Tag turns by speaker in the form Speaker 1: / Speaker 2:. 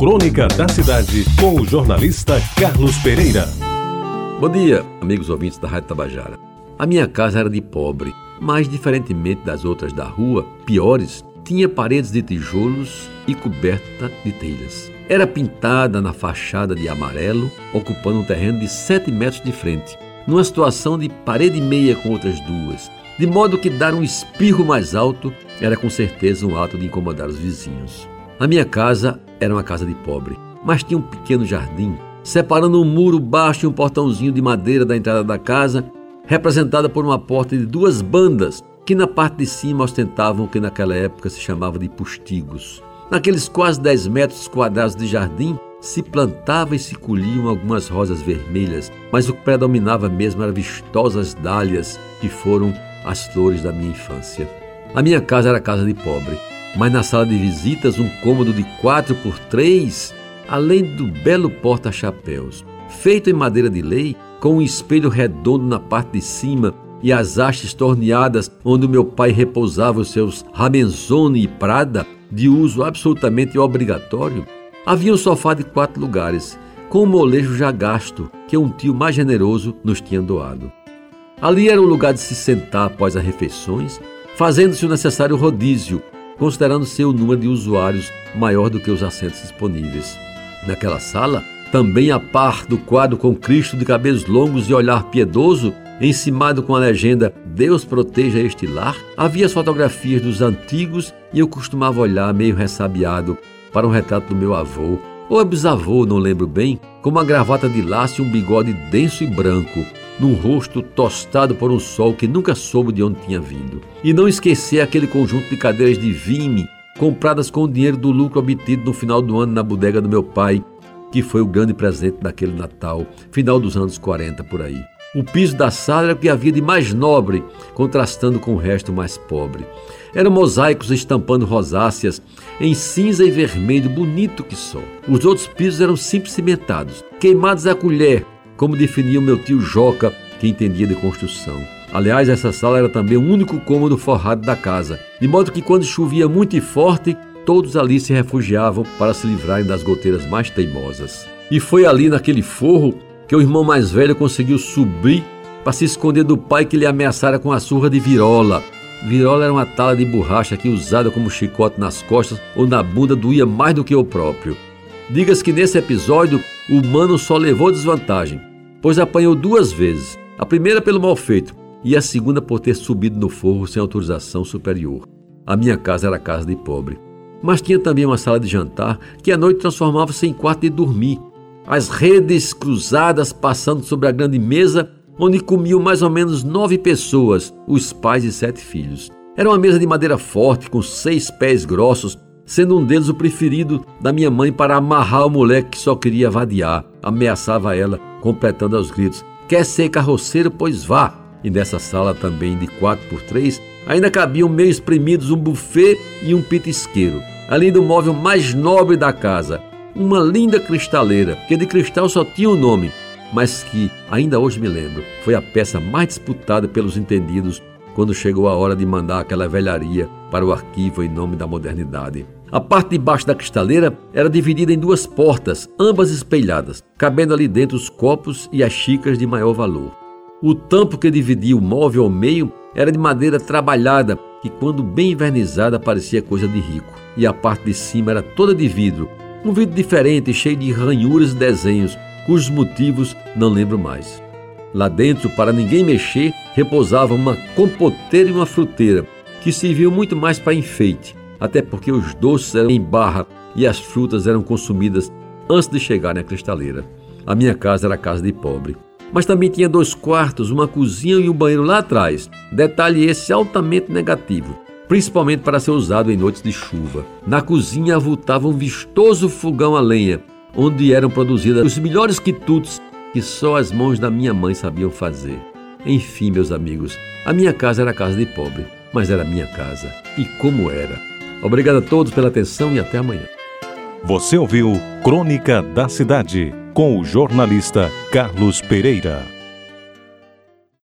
Speaker 1: Crônica da Cidade, com o jornalista Carlos Pereira.
Speaker 2: Bom dia, amigos ouvintes da Rádio Tabajara. A minha casa era de pobre, mas diferentemente das outras da rua, piores, tinha paredes de tijolos e coberta de telhas. Era pintada na fachada de amarelo, ocupando um terreno de 7 metros de frente, numa situação de parede e meia com outras duas, de modo que dar um espirro mais alto era com certeza um ato de incomodar os vizinhos. A minha casa era uma casa de pobre, mas tinha um pequeno jardim, separando um muro baixo e um portãozinho de madeira da entrada da casa, representada por uma porta de 2 bandas, que na parte de cima ostentavam o que naquela época se chamava de postigos. Naqueles quase 10 metros quadrados de jardim, se plantava e se colhiam algumas rosas vermelhas, mas o que predominava mesmo eram vistosas dálias, que foram as flores da minha infância. A minha casa era casa de pobre, mas na sala de visitas um cômodo de 4x3, além do belo porta-chapéus, feito em madeira de lei, com um espelho redondo na parte de cima e as hastes torneadas onde o meu pai repousava os seus Ramenzoni e Prada, de uso absolutamente obrigatório. Havia um sofá de 4 lugares, com um molejo já gasto, que um tio mais generoso nos tinha doado. Ali era o lugar de se sentar após as refeições, fazendo-se o necessário rodízio, considerando ser o número de usuários maior do que os assentos disponíveis. Naquela sala, também a par do quadro com Cristo de cabelos longos e olhar piedoso, encimado com a legenda "Deus proteja este lar", havia as fotografias dos antigos e eu costumava olhar meio ressabiado para um retrato do meu avô, ou bisavô, não lembro bem, com uma gravata de laço e um bigode denso e branco, num rosto tostado por um sol que nunca soube de onde tinha vindo. E não esquecer aquele conjunto de cadeiras de vime, compradas com o dinheiro do lucro obtido no final do ano na bodega do meu pai, que foi o grande presente daquele Natal, final dos anos 40 por aí. O piso da sala era o que havia de mais nobre, contrastando com o resto mais pobre. Eram mosaicos estampando rosáceas, em cinza e vermelho, bonito que só. Os outros pisos eram simples cimentados, queimados à colher, como definia o meu tio Joca, que entendia de construção. Aliás, essa sala era também o único cômodo forrado da casa, de modo que quando chovia muito e forte, todos ali se refugiavam para se livrarem das goteiras mais teimosas. E foi ali naquele forro que o irmão mais velho conseguiu subir para se esconder do pai que lhe ameaçara com a surra de virola. Virola era uma tala de borracha que, usada como chicote nas costas ou na bunda, doía mais do que o próprio. Diga-se que nesse episódio o mano só levou desvantagem, pois apanhou 2 vezes, a primeira pelo mal feito e a segunda por ter subido no forro sem autorização superior. A minha casa era casa de pobre, mas tinha também uma sala de jantar que à noite transformava-se em quarto de dormir, as redes cruzadas passando sobre a grande mesa onde comiam mais ou menos 9 pessoas, os pais e 7 filhos. Era uma mesa de madeira forte com 6 pés grossos, sendo um deles o preferido da minha mãe para amarrar o moleque que só queria vadiar. Ameaçava ela, completando aos gritos: "Quer ser carroceiro? Pois vá!" E nessa sala também de 4x3 ainda cabiam meio espremidos um buffet e um pitisqueiro, além do móvel mais nobre da casa, uma linda cristaleira, que de cristal só tinha o nome, mas que, ainda hoje me lembro, foi a peça mais disputada pelos entendidos quando chegou a hora de mandar aquela velharia para o arquivo em nome da modernidade. A parte de baixo da cristaleira era dividida em 2 portas, ambas espelhadas, cabendo ali dentro os copos e as xícaras de maior valor. O tampo que dividia o móvel ao meio era de madeira trabalhada, que quando bem envernizada parecia coisa de rico. E a parte de cima era toda de vidro, um vidro diferente, cheio de ranhuras e desenhos, cujos motivos não lembro mais. Lá dentro, para ninguém mexer, repousava uma compoteira e uma fruteira, que serviam muito mais para enfeite, até porque os doces eram em barra e as frutas eram consumidas antes de chegarem à cristaleira. A minha casa era casa de pobre, mas também tinha 2 quartos, uma cozinha e um banheiro lá atrás, detalhe esse altamente negativo, principalmente para ser usado em noites de chuva. Na cozinha avultava um vistoso fogão a lenha, onde eram produzidas os melhores quitutes que só as mãos da minha mãe sabiam fazer. Enfim, meus amigos, a minha casa era casa de pobre, mas era minha casa. E como era! Obrigado a todos pela atenção e até amanhã.
Speaker 1: Você ouviu Crônica da Cidade, com o jornalista Carlos Pereira.